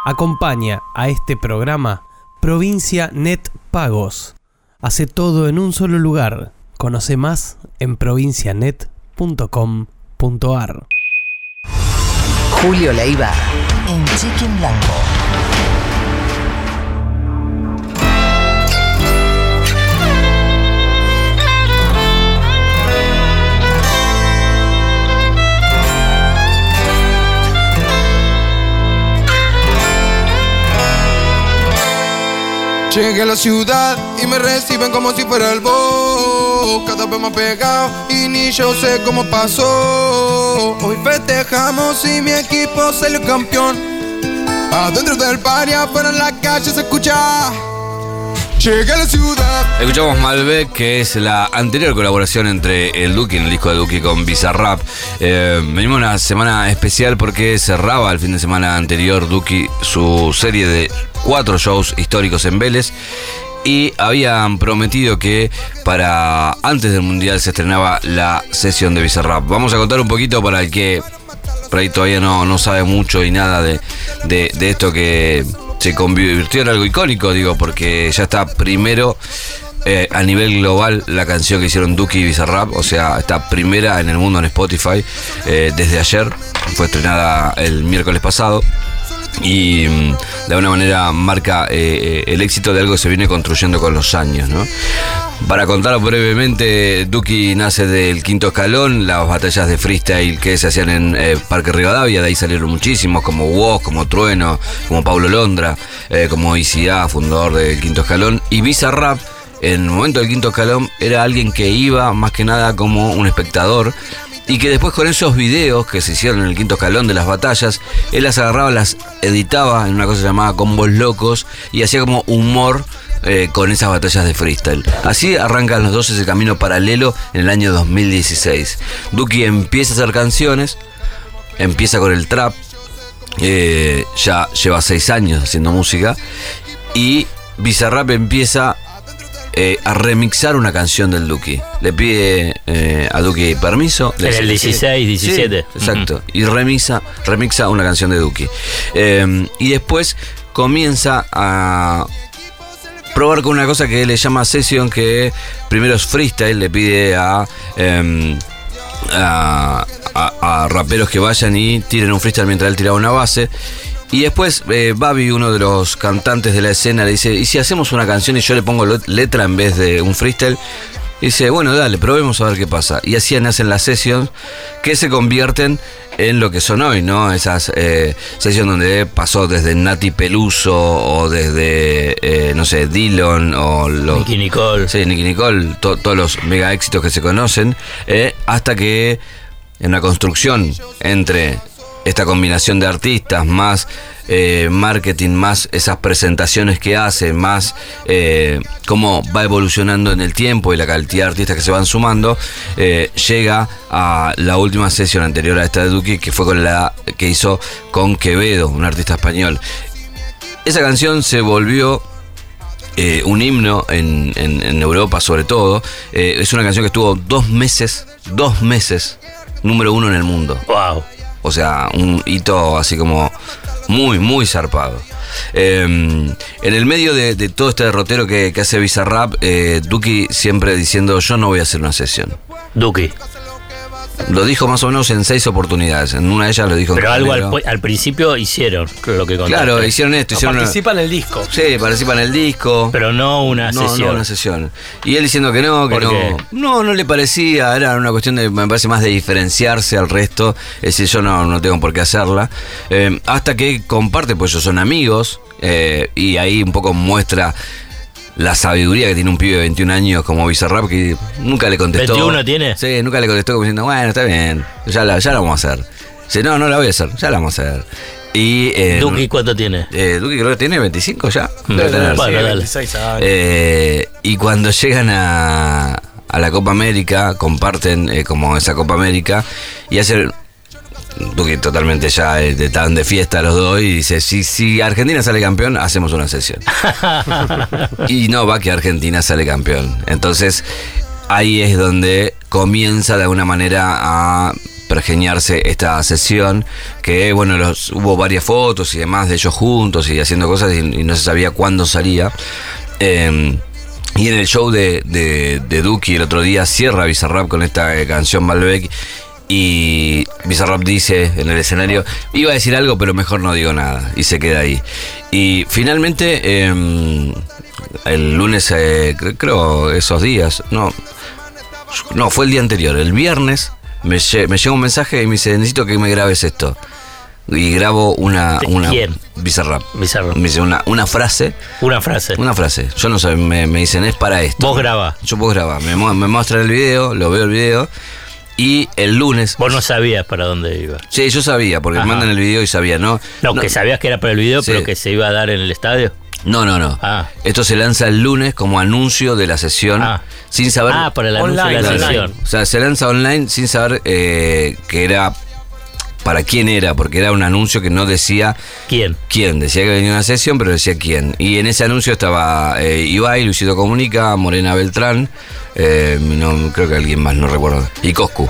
Acompaña a este programa Provincia Net Pagos. Hace todo en un solo lugar. Conoce más en provincianet.com.ar. Julio Leiva en Cheque en Blanco. Llegué a la ciudad y me reciben como si fuera el boss. Cada vez más pegado y ni yo sé cómo pasó. Hoy festejamos y mi equipo salió campeón. Adentro del bar y afuera en la calle se escucha. Llegué a la ciudad. Escuchamos Malbec, que es la anterior colaboración entre el Duki en el disco de Duki con Bizarrap. Venimos una semana especial porque cerraba el fin de semana anterior Duki su serie de 4 shows históricos en Vélez. Y habían prometido que para antes del Mundial se estrenaba la sesión de Bizarrap. Vamos a contar un poquito para el que por ahí todavía no sabe mucho y nada de esto que se convirtió en algo icónico, digo, porque ya está primero a nivel global la canción que hicieron Duki y Bizarrap, o sea, está primera en el mundo en Spotify desde ayer, fue estrenada el miércoles pasado. Y de alguna manera marca el éxito de algo que se viene construyendo con los años, ¿no? Para contarlo brevemente, Duki nace del Quinto Escalón, las batallas de freestyle que se hacían en Parque Rivadavia, de ahí salieron muchísimos, como Woz, como Trueno, como Paulo Londra, como ICA, fundador del Quinto Escalón, y Bizarrap. En el momento del Quinto Escalón era alguien que iba más que nada como un espectador, y que después con esos videos que se hicieron en el Quinto Escalón de las batallas, él las agarraba, las editaba en una cosa llamada Combos Locos y hacía como humor con esas batallas de freestyle. Así arrancan los dos ese camino paralelo en el año 2016. Duki empieza a hacer canciones, empieza con el trap, ya lleva 6 años haciendo música, y Bizarrap empieza a remixar una canción del Duki. Le pide a Duki permiso. En el 16, 17. Sí, exacto. Y remixa una canción de Duki. Y después comienza a probar con una cosa que le llama session, que primero es freestyle. Le pide a raperos que vayan y tiren un freestyle mientras él tiraba una base. Y después Babi, uno de los cantantes de la escena, le dice: ¿y si hacemos una canción y yo le pongo letra en vez de un freestyle? Y dice: bueno, dale, probemos a ver qué pasa. Y así nacen las sessions que se convierten en lo que son hoy, ¿no? Esas sessions donde pasó desde Nati Peluso o desde, no sé, Dillon o los... Nicki Nicole. Sí, Nicki Nicole, todos los mega éxitos que se conocen, hasta que en una construcción entre esta combinación de artistas, más marketing, más esas presentaciones que hace, más cómo va evolucionando en el tiempo y la cantidad de artistas que se van sumando, llega a la última sesión anterior a esta de Duki, que fue con la que hizo con Quevedo, un artista español. Esa canción se volvió un himno en Europa, sobre todo. Es una canción que estuvo 2 meses número 1 en el mundo. Wow. O sea, un hito así como muy, muy zarpado. En el medio de todo este derrotero que hace Bizarrap, Duki siempre diciendo: yo no voy a hacer una sesión. Duki. Lo dijo más o menos en 6 oportunidades. En una de ellas lo dijo. Pero algo al principio hicieron, lo que contaste. Claro, hicieron esto. Participa en el disco. Sí, participa en el disco. Pero no una sesión. No una sesión. Y él diciendo que no, que no. No le parecía. Era una cuestión de, me parece, más de diferenciarse al resto. Es decir, yo no tengo por qué hacerla. Hasta que comparte, pues ellos son amigos. Y ahí un poco muestra la sabiduría que tiene un pibe de 21 años como Bizarrap, que nunca le contestó. ¿21 tiene? Sí, nunca le contestó como diciendo: bueno, está bien, ya la vamos a hacer. Dice: no la voy a hacer, ya la vamos a hacer. Y ¿Duki cuánto tiene? Duki creo que tiene 25 ya. Debe tener. Bueno, 26 años. Y cuando llegan a la Copa América, comparten como esa Copa América y hacen... Duki totalmente ya están de fiesta los dos y dice: si Argentina sale campeón, hacemos una sesión. Y no va que Argentina sale campeón. Entonces ahí es donde comienza de alguna manera a pergeñarse esta sesión, que bueno, hubo varias fotos y demás de ellos juntos y haciendo cosas y no se sabía cuándo salía. Y en el show de Duki el otro día cierra Bizarrap con esta canción Malbec. Y Bizarrap dice en el escenario, iba a decir algo pero mejor no digo nada, y se queda ahí. Y finalmente el lunes, creo esos días, no fue el día anterior, el viernes me llega un mensaje y me dice, necesito que me grabes esto. Y grabo una ¿Quién? Bizarrap. Bizarrap. Me dice una frase. Una frase. Yo no sé, me dicen, es para esto. Vos grabás. Yo puedo grabar. Me muestran el video, lo veo el video. Y el lunes... Vos no sabías para dónde iba. Sí, yo sabía, porque me mandan el video y sabía, ¿no? No, que sabías que era para el video, sí. Pero que se iba a dar en el estadio. No. Esto se lanza el lunes como anuncio de la sesión, sin saber... para el anuncio de la sesión. O sea, se lanza online sin saber que era... para quién era, porque era un anuncio que no decía... ¿Quién? Decía que venía una sesión, pero decía quién. Y en ese anuncio estaba Ibai, Luisito Comunica, Morena Beltrán, no, creo que alguien más, no recuerdo. Y Coscu.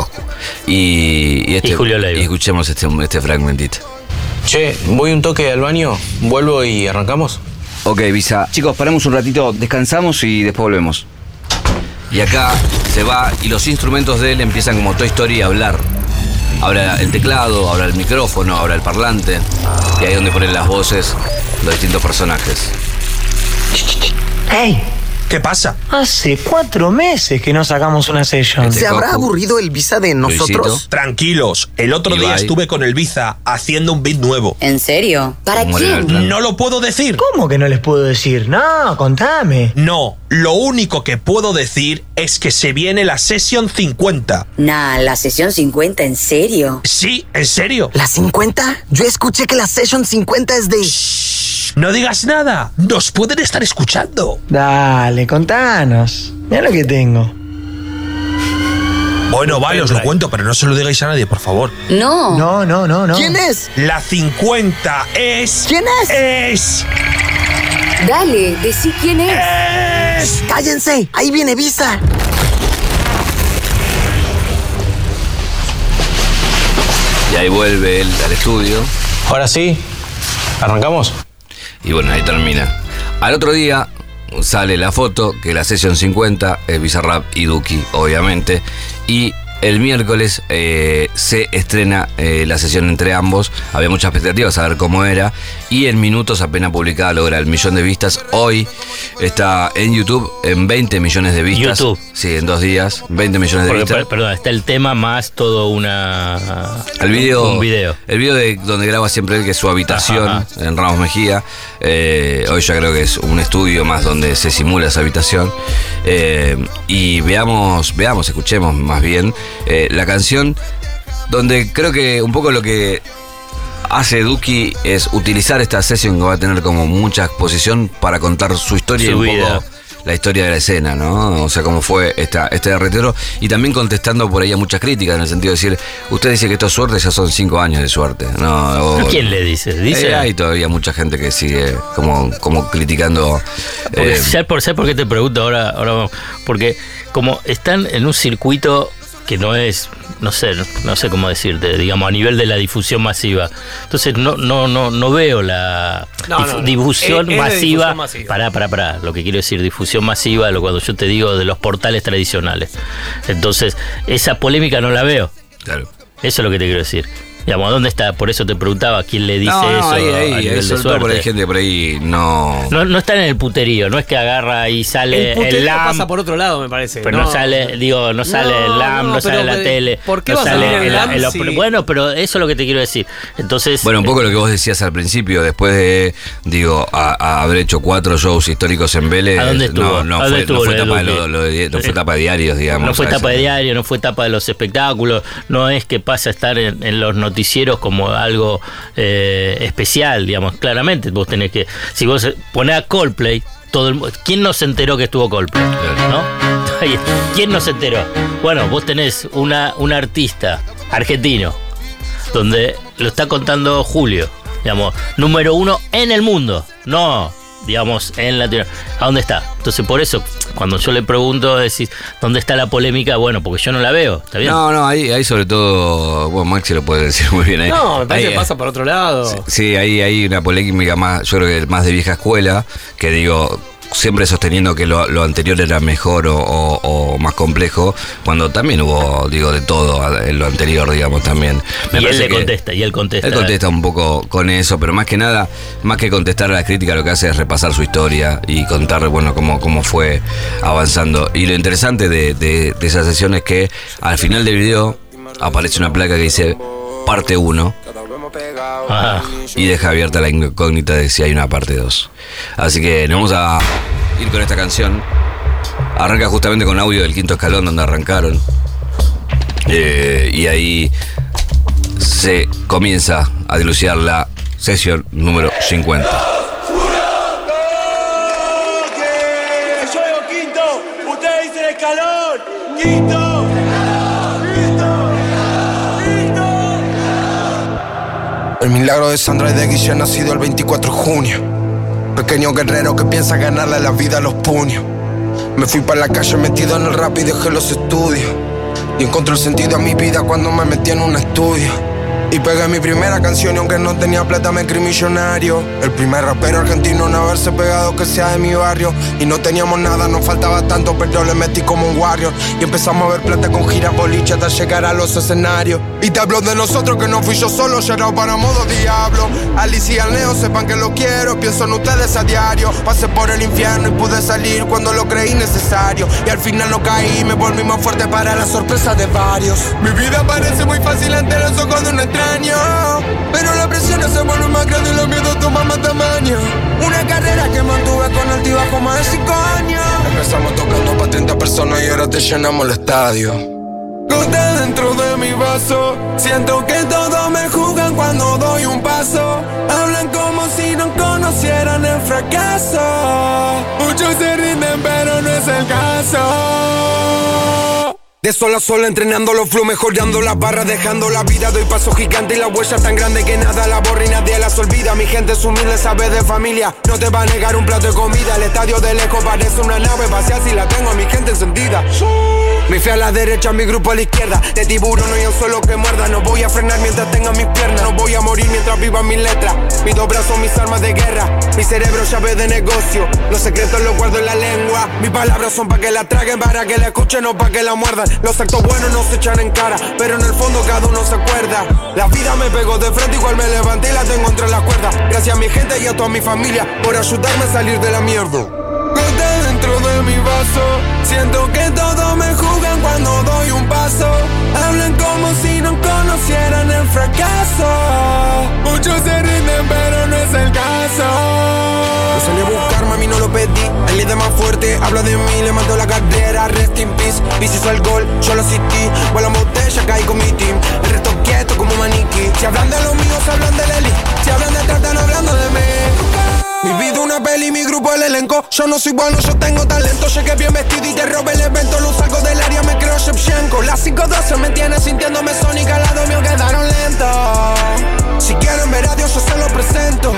Y Julio Leiva. Y escuchemos este fragmentito. Che, voy un toque al baño, vuelvo y arrancamos. Ok, Visa. Chicos, paramos un ratito, descansamos y después volvemos. Y acá se va y los instrumentos de él empiezan como Toy Story a hablar. Ahora el teclado, ahora el micrófono, ahora el parlante. Y ahí es donde ponen las voces los distintos personajes. ¡Hey! ¿Qué pasa? Hace 4 meses que no sacamos una session. Este ¿Se habrá Goku, aburrido el Visa de nosotros? Luisito. Tranquilos, el otro día Ibai. estuve con el Visa haciendo un beat nuevo. ¿En serio? ¿Para Morena quién? Beltrán. No lo puedo decir. ¿Cómo que no les puedo decir? No, contame. No, lo único que puedo decir es que se viene la sesión 50. Nah, la sesión 50, ¿en serio? Sí, en serio. ¿La 50? Yo escuché que la session 50 es de... No digas nada, nos pueden estar escuchando. Dale, contanos. Mira lo que tengo. Bueno, vale, os lo cuento, pero no se lo digáis a nadie, por favor. No. No. ¿Quién es? La 50 es... ¿Quién es? Es... Dale, decí quién es. ¡Cállense! ¡Ahí viene Visa! Y ahí vuelve él al estudio. Ahora sí, ¿arrancamos? Y bueno, ahí termina. Al otro día sale la foto, que la sesión 50 es Bizarrap y Duki, obviamente. Y el miércoles se estrena la sesión entre ambos. Había muchas expectativas a ver cómo era. Y en minutos apenas publicada logra el 1.000.000 de vistas. Hoy está en YouTube en 20 millones de vistas. YouTube. Sí, en 2 días, 20 millones de vistas. Perdón, está el tema más todo un video. El video de donde graba siempre él, que es su habitación en Ramos Mejía. Hoy ya creo que es un estudio más donde se simula esa habitación. Y veamos, escuchemos más bien la canción, donde creo que un poco lo que hace Duki es utilizar esta sesión que va a tener como mucha exposición para contar su historia Su y un vida. poco la historia de la escena, ¿no? O sea, cómo fue este derretero. Y también contestando por ahí a muchas críticas, en el sentido de decir, usted dice que esto es suerte, ya son 5 años de suerte. No, ¿Quién le dice? Dice. Hay todavía mucha gente que sigue como criticando. ¿Sabes por qué te pregunto ahora vamos? Porque como están en un circuito que no es, no sé cómo decirte, digamos, a nivel de la difusión masiva. Entonces no veo la difusión Es masiva. de difusión masiva. Pará. Lo que quiero decir, difusión masiva, cuando yo te digo de los portales tradicionales. Entonces, esa polémica no la veo. Claro. Eso es lo que te quiero decir. Digamos, ¿dónde está? Por eso te preguntaba quién le dice eso ahí, a nivel de sobre todo por ahí suerte. gente por ahí no No están en el puterío, no es que agarra y sale El puterío LAM, pasa por otro lado, me parece. pero no sale el LAM, no sale la tele. ¿Por qué no va a sale salir el LAM en si- Bueno, pero eso es lo que te quiero decir. Entonces, Bueno, un poco lo que vos decías al principio, después de, a haber hecho 4 shows históricos en Vélez. ¿A dónde estuvo? No ¿A dónde fue estuvo tapa lo de de Duque? no fue tapa de diarios, digamos. no fue ¿sabes? etapa de diario, no fue etapa de los espectáculos, no es que pasa a estar en los noticieros como algo especial, digamos, claramente. Vos tenés que, si vos ponés a Coldplay, ¿quién no se enteró que estuvo Coldplay? ¿No? ¿Quién no se enteró? Bueno, vos tenés un artista argentino, donde lo está contando Julio, digamos, número 1 en el mundo, no digamos, en Latinoamérica. ¿A dónde está? Entonces, por eso, cuando yo le pregunto, decís, ¿dónde está la polémica? Bueno, porque yo no la veo, ¿está bien? No, ahí sobre todo, bueno, Maxi lo puede decir muy bien ahí. No, me parece ahí, que pasa por otro lado. Sí, ahí hay una polémica más, yo creo que más de vieja escuela, que digo, siempre sosteniendo que lo anterior era mejor o más complejo, cuando también hubo, digo, de todo en lo anterior, digamos, también. Y él contesta. Él contesta un poco con eso, pero más que nada, más que contestar a la crítica, lo que hace es repasar su historia y contar, bueno, cómo fue avanzando. Y lo interesante de esa sesión es que al final del video aparece una placa que dice parte 1. Y deja abierta la incógnita de si hay una parte 2. Así que nos vamos a ir con esta canción. Arranca justamente con audio del Quinto Escalón, donde arrancaron. Y ahí se comienza a dilucidar la sesión número 50. Yo digo Quinto, ustedes dicen Escalón. Quinto. El milagro de Sandra y de Guille nacido el 24 de junio. Pequeño guerrero que piensa ganarle la vida a los puños. Me fui para la calle metido en el rap y dejé los estudios. Y encontré el sentido a mi vida cuando me metí en un estudio. Y pegué mi primera canción y aunque no tenía plata me creí millonario. El primer rapero argentino en haberse pegado que sea de mi barrio. Y no teníamos nada, nos faltaba tanto, pero le metí como un warrior. Y empezamos a ver plata con giras boliche hasta llegar a los escenarios. Y te hablo de nosotros que no fui yo solo, llorado para modo diablo. Alice y al Neo sepan que lo quiero, pienso en ustedes a diario. Pasé por el infierno y pude salir cuando lo creí necesario. Y al final no caí, me volví más fuerte para la sorpresa de varios. Mi vida parece muy fácil ante los ojos de un extraño, pero la presión se vuelve más grande y los miedos toman más tamaño. Una carrera que mantuve con altibajo más de 5 años. Empezamos tocando para 30 personas y ahora te llenamos el estadio. Gota dentro de mi vaso, siento que todos me juzgan cuando doy un paso. Hablan como si no conocieran el fracaso. Muchos se rinden pero no es el caso. De sol a sol entrenando los flow, mejorando las barras, dejando la vida. Doy paso gigante y la huella tan grande que nada la borra y nadie las olvida. Mi gente es humilde, sabe de familia, no te va a negar un plato de comida. El estadio de lejos parece una nave vacía si la tengo a mi gente encendida. Mi fe a la derecha, mi grupo a la izquierda. De tiburón no hay un solo que muerda. No voy a frenar mientras tenga mis piernas. No voy a morir mientras viva mis letras. Mis dos brazos, mis armas de guerra. Mi cerebro, llave de negocio. Los secretos los guardo en la lengua. Mis palabras son para que la traguen, para que la escuchen o para que la muerdan. Los actos buenos no se echan en cara, pero en el fondo cada uno se acuerda. La vida me pegó de frente, igual me levanté y la tengo entre las cuerdas. Gracias a mi gente y a toda mi familia por ayudarme a salir de la mierda. Gota dentro de mi vaso, siento que todos me juzgan cuando doy un paso. Hablan como si no conocieran el fracaso. Muchos se rinden pero no es el caso. Lo salí a buscar, mami, no lo pedí. El líder más fuerte habla de mí, le mando la carrera. Rest in peace, Bici hizo el gol, yo lo asistí. Vuelan botella, caí con mi team. El resto quieto como maniquí. Si hablan de los míos, hablan de la elite. Si hablan de tratan, hablando de mí. Mi vida una peli, mi grupo el elenco. Yo no soy bueno, yo tengo talento. Llegué bien vestido y te robé el evento. Lo salgo del área, me creo Shevchenko. Las 5:12 me tiene sintiéndome Sonic. Al lado mío quedaron lentos. Si quieren ver a Dios, yo se lo presento.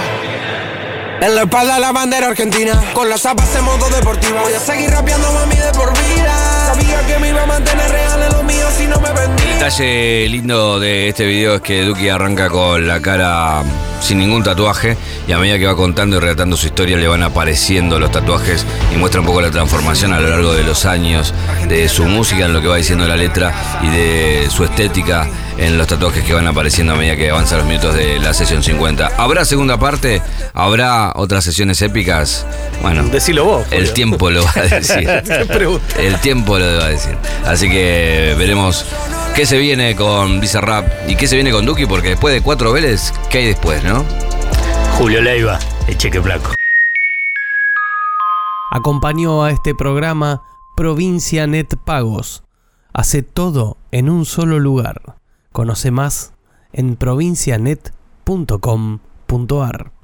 En la espalda la bandera argentina, con las zapas en modo deportivo. Voy a seguir rapeando, mami, de por vida. Sabía que me iba a mantener real en lo mío si no me vendía. El detalle lindo de este video es que Duki arranca con la cara sin ningún tatuaje y a medida que va contando y relatando su historia le van apareciendo los tatuajes y muestra un poco la transformación a lo largo de los años de su música, en lo que va diciendo la letra y de su estética en los tatuajes que van apareciendo a medida que avanzan los minutos de la sesión 50. ¿Habrá segunda parte? ¿Habrá otras sesiones épicas? Bueno, decilo vos. El tiempo lo va a decir. El tiempo lo va a decir. Así que veremos qué se viene con Bizarrap y qué se viene con Duki, porque después de 4 Vélez, ¿qué hay después, no? Julio Leiva, el cheque blanco. Acompañó a este programa Provincia Net Pagos. Hace todo en un solo lugar. Conoce más en provincianet.com.ar.